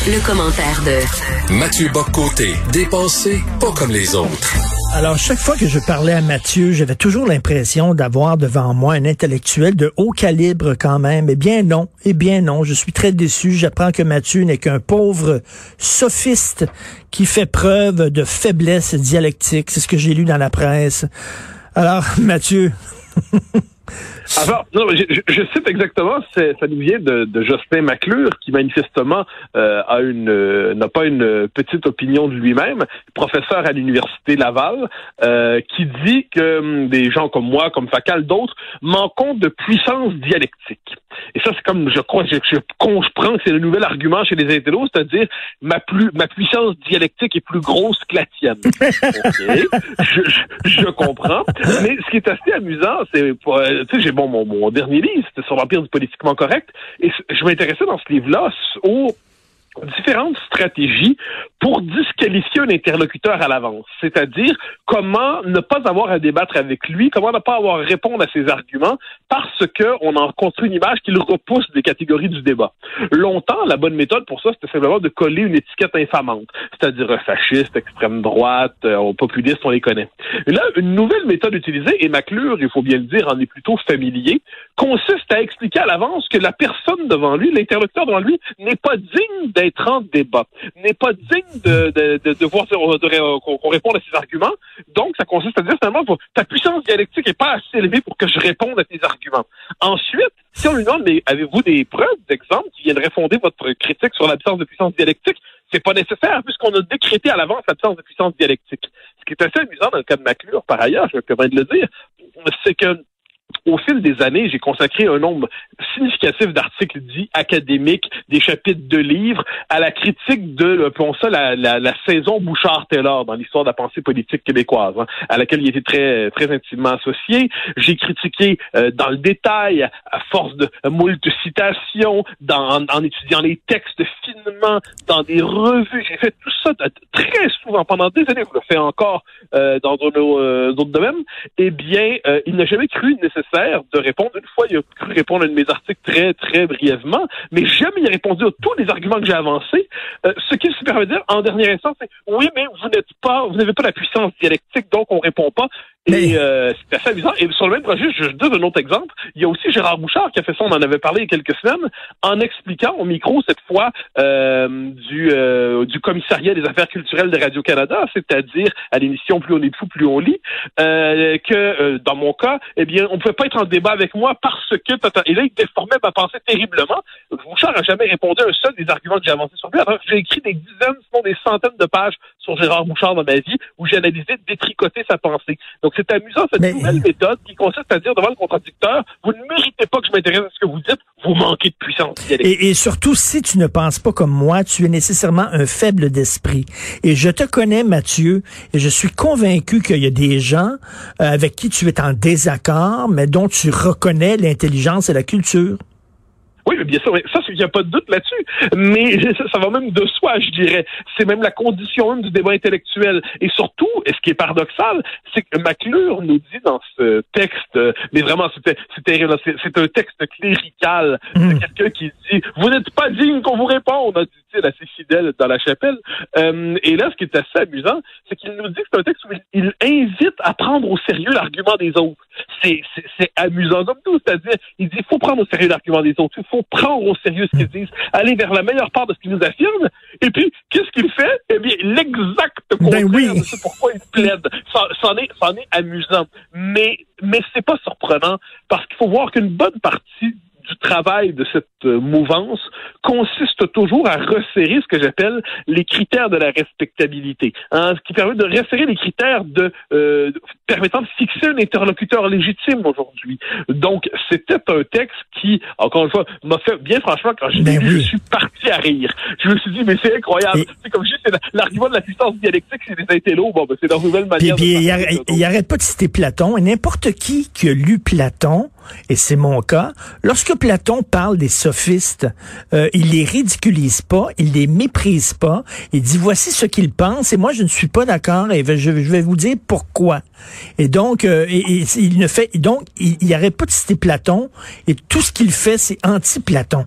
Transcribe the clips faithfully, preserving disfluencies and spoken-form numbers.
Le commentaire de Mathieu Bock-Côté, dépensé pas comme les autres. Alors, chaque fois que je parlais à Mathieu, j'avais toujours l'impression d'avoir devant moi un intellectuel de haut calibre quand même. Eh bien non, eh bien non, je suis très déçu. J'apprends que Mathieu n'est qu'un pauvre sophiste qui fait preuve de faiblesse dialectique. C'est ce que j'ai lu dans la presse. Alors, Mathieu... Alors, non, je, je, je cite exactement, c'est, ça nous vient de, de Jocelyn McClure, qui manifestement euh, a une euh, n'a pas une petite opinion de lui-même, professeur à l'Université Laval, euh, qui dit que hum, des gens comme moi, comme Facal, d'autres, manquons de puissance dialectique. Et ça, c'est comme, je crois, je, je comprends que c'est le nouvel argument chez les intellos, c'est-à-dire ma plus ma puissance dialectique est plus grosse que la tienne. Okay. je, je, je comprends. Mais ce qui est assez amusant, c'est, euh, tu sais, j'ai bon mon, mon dernier livre, c'était sur l'Empire du politiquement correct, et je m'intéressais dans ce livre-là aux différentes stratégies pour disqualifier un interlocuteur à l'avance. C'est-à-dire comment ne pas avoir à débattre avec lui, comment ne pas avoir à répondre à ses arguments parce qu'on en construit une image qui le repousse des catégories du débat. Longtemps, la bonne méthode pour ça, c'était simplement de coller une étiquette infamante. C'est-à-dire fasciste, extrême droite, euh, populiste, on les connaît. Et là, une nouvelle méthode utilisée, et McClure, il faut bien le dire, en est plutôt familier, consiste à expliquer à l'avance que la personne devant lui, l'interlocuteur devant lui, n'est pas digne d'être être en débat, n'est pas digne de, de, de, de voir de, de, qu'on, qu'on réponde à ses arguments. Donc, ça consiste à dire finalement, ta puissance dialectique n'est pas assez élevée pour que je réponde à tes arguments. Ensuite, si on lui demande, mais avez-vous des preuves, d'exemples qui viendraient fonder votre critique sur l'absence de puissance dialectique? C'est pas nécessaire puisqu'on a décrété à l'avance l'absence de puissance dialectique. Ce qui est assez amusant dans le cas de McClure, par ailleurs, je me permets de le dire, c'est que au fil des années, j'ai consacré un nombre significatif d'articles dits académiques, des chapitres de livres, à la critique de, appelons ça, la, la, la saison Bouchard-Taylor dans l'histoire de la pensée politique québécoise, hein, à laquelle il était très très intimement associé. J'ai critiqué euh, dans le détail, à force de moult citations, dans, en, en étudiant les textes finement, dans des revues. J'ai fait tout ça très souvent, pendant des années, je le fais encore euh, dans d'autres, euh, d'autres domaines. Eh bien, euh, il n'a jamais cru nécessaire de répondre. Une fois, il a cru répondre à un de mes articles très, très brièvement, mais jamais il a répondu à tous les arguments que j'ai avancés. Euh, ce qu'il se permet de dire, en dernière instance, c'est « Oui, mais vous n'êtes pas, vous n'avez pas la puissance dialectique, donc on répond pas. » Et euh, c'est assez amusant. Et sur le même projet, je donne un autre exemple. Il y a aussi Gérard Bouchard qui a fait ça, on en avait parlé il y a quelques semaines, en expliquant au micro, cette fois, euh, du, euh, du commissariat des affaires culturelles de Radio-Canada, c'est-à-dire à l'émission Plus on est de fou, plus on lit, euh, que euh, dans mon cas, eh bien, on ne pouvait pas être en débat avec moi parce que... Et là, il déformait ma pensée terriblement. Bouchard n'a jamais répondu à un seul des arguments que j'ai avancés sur lui. Alors, j'ai écrit des dizaines, sinon des centaines de pages sur Gérard Bouchard dans ma vie où j'ai analysé, détricoté sa pensée. Donc, c'est amusant, cette Mais... nouvelle méthode qui consiste à dire devant le contradicteur, vous ne méritez pas que je m'intéresse à ce que vous dites, vous manquez de puissance dialectique. Et, et surtout, si tu ne penses pas comme moi, tu es nécessairement un faible d'esprit. Et je te connais, Mathieu, et je suis convaincu qu'il y a des gens euh, avec qui tu es en désaccord, mais dont tu reconnais l'intelligence et la culture. Oui, mais bien sûr, ça, il n'y a pas de doute là-dessus. Mais ça va même de soi, je dirais. C'est même la condition même du débat intellectuel. Et surtout, et ce qui est paradoxal, c'est que McClure nous dit dans ce texte, mais vraiment, c'était, c'est terrible, c'est, c'est un texte clérical. Mmh. C'est quelqu'un qui dit « Vous n'êtes pas digne qu'on vous réponde », dit-il assez fidèle dans la chapelle. Euh, et là, ce qui est assez amusant, c'est qu'il nous dit que c'est un texte où il invite à prendre au sérieux l'argument des autres. C'est, c'est, c'est amusant comme tout, c'est-à-dire, il dit « Il faut prendre au sérieux l'argument des autres, il faut prendre au sérieux ce qu'ils disent, aller vers la meilleure part de ce qu'ils nous affirment, et puis, qu'est-ce qu'il fait? Eh bien, l'exact contraire ben oui. de ce pourquoi il plaide. Ça, c'en est, c'en est amusant. Mais, mais c'est pas surprenant, parce qu'il faut voir qu'une bonne partie du travail de cette euh, mouvance consiste toujours à resserrer ce que j'appelle les critères de la respectabilité, hein, ce qui permet de resserrer les critères de euh, permettant de fixer un interlocuteur légitime aujourd'hui. Donc, c'était un texte qui, encore une fois, m'a fait, bien franchement, quand je l'ai vu, oui. je suis parti à rire. Je me suis dit, mais c'est incroyable. Et... C'est comme je dis, c'est l'argument de la puissance dialectique, c'est des intellos, bon, ben, c'est leur nouvelle manière puis, de puis, il, il arrête pas de citer Platon, et n'importe qui qui a lu Platon, et c'est mon cas, lorsque Platon parle des sophistes, euh, il les ridiculise pas, il les méprise pas, il dit voici ce qu'il pense et moi je ne suis pas d'accord et je, je vais vous dire pourquoi. Et donc euh, et, et, il ne fait donc il, il arrête pas de citer Platon et tout ce qu'il fait c'est anti-Platon.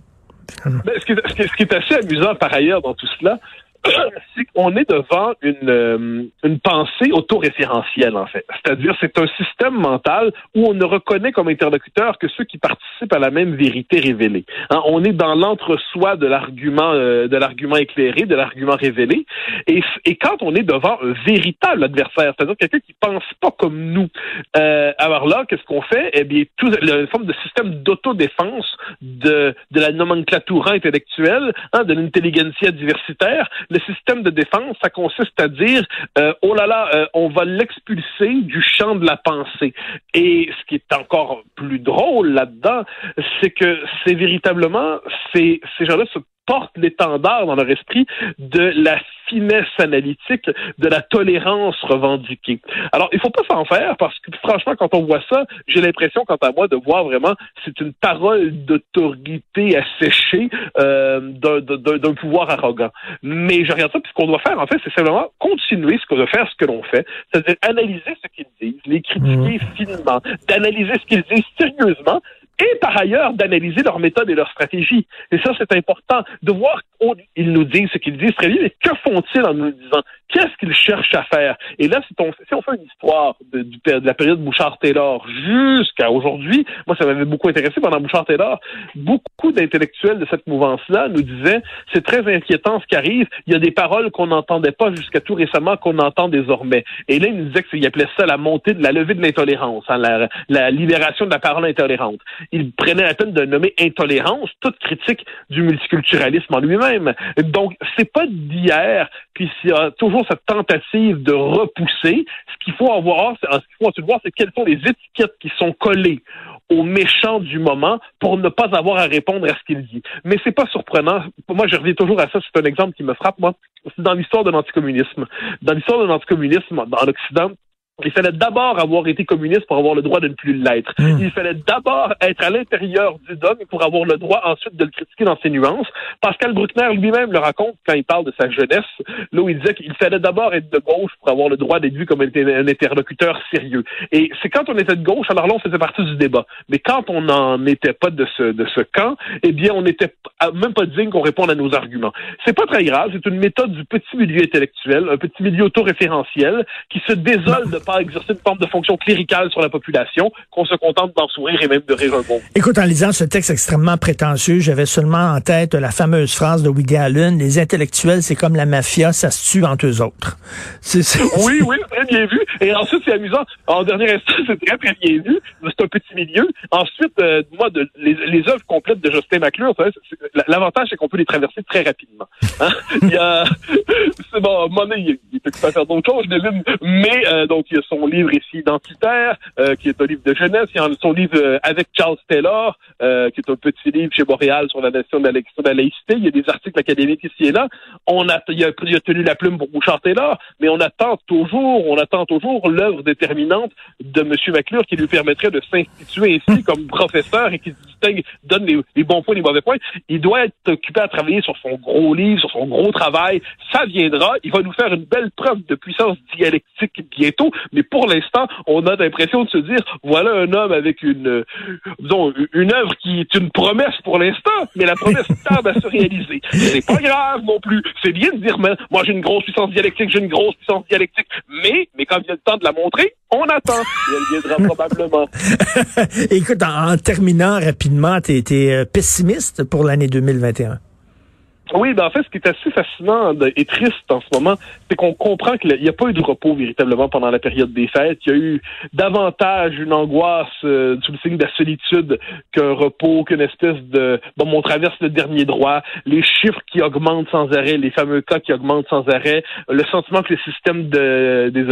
Mais ce, qui est, ce, qui est, ce qui est assez amusant par ailleurs dans tout cela, c'est qu'on est devant une, euh, une pensée autoréférentielle, en fait. C'est-à-dire, c'est un système mental où on ne reconnaît comme interlocuteur que ceux qui participent à la même vérité révélée. Hein, on est dans l'entre-soi de l'argument, euh, de l'argument éclairé, de l'argument révélé. Et, et quand on est devant un véritable adversaire, c'est-à-dire quelqu'un qui pense pas comme nous, euh, alors là, qu'est-ce qu'on fait? Eh bien, tout, une forme de système d'autodéfense de, de la nomenclatura intellectuelle, hein, de l'intelligentsia diversitaire. Le système de défense, ça consiste à dire euh, oh là là, euh, on va l'expulser du champ de la pensée. Et ce qui est encore plus drôle là-dedans, c'est que c'est véritablement ces, ces gens-là se portent l'étendard dans leur esprit de la finesse analytique, de la tolérance revendiquée. Alors, il faut pas s'en faire parce que, franchement, quand on voit ça, j'ai l'impression, quant à moi, de voir vraiment, c'est une parole d'autorité asséchée euh, d'un, d'un, d'un pouvoir arrogant. Mais je regarde ça, puis ce qu'on doit faire, en fait, c'est simplement continuer ce qu'on doit faire, ce que l'on fait, c'est-à-dire analyser ce qu'ils disent, les critiquer mmh. finement, d'analyser ce qu'ils disent sérieusement, et par ailleurs d'analyser leur méthode et leur stratégie. Et ça, c'est important de voir qu'ils nous disent ce qu'ils disent très bien, mais que font-ils en nous le disant? Qu'est-ce qu'ils cherchent à faire? Et là, si on, si on fait une histoire de, de, de la période Bouchard-Taylor jusqu'à aujourd'hui, moi, ça m'avait beaucoup intéressé pendant Bouchard-Taylor, beaucoup d'intellectuels de cette mouvance-là nous disaient, c'est très inquiétant ce qui arrive, il y a des paroles qu'on n'entendait pas jusqu'à tout récemment, qu'on entend désormais. Et là, ils nous disaient qu'ils appelaient ça la montée de la levée de l'intolérance, hein, la, la libération de la parole intolérante. Ils prenaient la peine de nommer intolérance toute critique du multiculturalisme en lui-même. Donc, c'est pas d'hier, puis il y a toujours cette tentative de repousser. Ce qu'il faut avoir, ce qu'il faut ensuite voir, c'est quelles sont les étiquettes qui sont collées aux méchants du moment pour ne pas avoir à répondre à ce qu'il dit. Mais c'est pas surprenant. Moi, je reviens toujours à ça. C'est un exemple qui me frappe, moi. C'est dans l'histoire de l'anticommunisme. Dans l'histoire de l'anticommunisme en Occident, il fallait d'abord avoir été communiste pour avoir le droit de ne plus l'être. Mmh. Il fallait d'abord être à l'intérieur du dogme pour avoir le droit ensuite de le critiquer dans ses nuances. Pascal Bruckner lui-même le raconte quand il parle de sa jeunesse, là où il disait qu'il fallait d'abord être de gauche pour avoir le droit d'être vu comme un interlocuteur sérieux. Et c'est quand on était de gauche, alors là, on faisait partie du débat. Mais quand on n'en était pas de ce, de ce camp, eh bien, on n'était même pas digne qu'on réponde à nos arguments. C'est pas très grave, c'est une méthode du petit milieu intellectuel, un petit milieu autoréférentiel qui se désole de pas exercer une forme de fonction cléricale sur la population, qu'on se contente d'en sourire et même de rire un bon. Écoute, en lisant ce texte extrêmement prétentieux, j'avais seulement en tête la fameuse phrase de Woody Allen, les intellectuels, c'est comme la mafia, ça se tue entre eux autres. C'est, c'est, oui, oui, très bien vu. Et ensuite, c'est amusant. En dernier instant, c'est très, très bien vu. C'est un petit milieu. Ensuite, euh, moi, de, les, les œuvres complètes de Jospin McClure, c'est, c'est, l'avantage, c'est qu'on peut les traverser très rapidement. Hein? Il y a, c'est bon, Monet, il, il peut pas faire d'autres choses, mais euh, donc, il y a son livre ici identitaire, euh, qui est un livre de jeunesse. Il y a son livre euh, avec Charles Taylor, euh, qui est un petit livre chez Boréal sur la nation de la, de la laïcité. Il y a des articles académiques ici et là. On a, il a, il a tenu la plume pour Bouchard Taylor, mais on attend toujours, on attend toujours l'œuvre déterminante de M. McClure qui lui permettrait de s'instituer ici comme professeur et qui distingue, donne les, les bons points et les mauvais points. Il doit être occupé à travailler sur son gros livre, sur son gros travail. Ça viendra. Il va nous faire une belle preuve de puissance dialectique bientôt. Mais pour l'instant, on a l'impression de se dire, voilà un homme avec une, euh, disons, une œuvre qui est une promesse pour l'instant, mais la promesse tarde à se réaliser. C'est pas grave non plus. C'est bien de dire, mais, moi j'ai une grosse puissance dialectique, j'ai une grosse puissance dialectique, mais, mais quand vient le temps de la montrer, on attend. Et elle viendra probablement. Écoute, en, en terminant rapidement, t'es, t'es pessimiste pour l'année deux mille vingt et un? Oui, ben en fait, ce qui est assez fascinant et triste en ce moment, c'est qu'on comprend qu'il n'y a pas eu de repos véritablement pendant la période des fêtes. Il y a eu davantage une angoisse euh, sous le signe de la solitude qu'un repos, qu'une espèce de... Bon, on traverse le dernier droit, les chiffres qui augmentent sans arrêt, les fameux cas qui augmentent sans arrêt, le sentiment que le système de, de,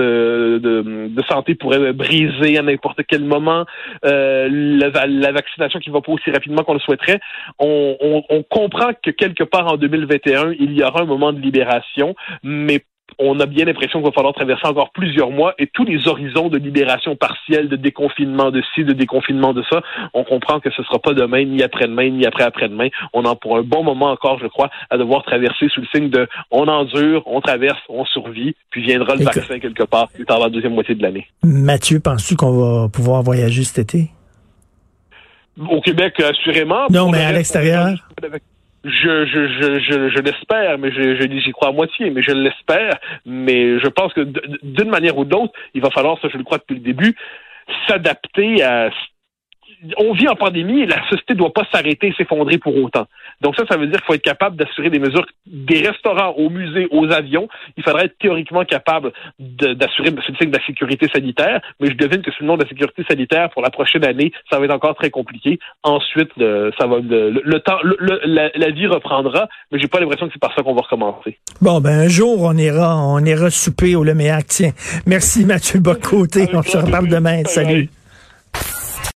de, de santé pourrait briser à n'importe quel moment, euh, la, la vaccination qui va pas aussi rapidement qu'on le souhaiterait. On, on, on comprend que quelque part en deux mille vingt et un, il y aura un moment de libération, mais on a bien l'impression qu'il va falloir traverser encore plusieurs mois et tous les horizons de libération partielle, de déconfinement de ci, de déconfinement de ça, on comprend que ce sera pas demain, ni après-demain, ni après-après-demain. On en pour un bon moment encore, je crois, à devoir traverser sous le signe de on endure, on traverse, on survit, puis viendra le Écoute, vaccin quelque part plus tard dans la deuxième moitié de l'année. Mathieu, penses-tu qu'on va pouvoir voyager cet été? Au Québec, assurément. Non, mais à l'extérieur? Je, je, je, je, je l'espère, mais je, je, j'y crois à moitié, mais je l'espère. Mais je pense que d'une manière ou d'autre, il va falloir, ça je le crois depuis le début, s'adapter à... On vit en pandémie et la société ne doit pas s'arrêter et s'effondrer pour autant. Donc ça, ça veut dire qu'il faut être capable d'assurer des mesures des restaurants, aux musées, aux avions. Il faudrait être théoriquement capable de, d'assurer c'est le signe de la sécurité sanitaire, mais je devine que sous le nom de la sécurité sanitaire, pour la prochaine année, ça va être encore très compliqué. Ensuite, le, ça va le, le temps, le, le, la, la vie reprendra, mais j'ai pas l'impression que c'est par ça qu'on va recommencer. Bon, ben un jour, on ira, on ira souper au Leméac. Tiens, merci Mathieu Bock-Côté. On se reparle demain. Salut.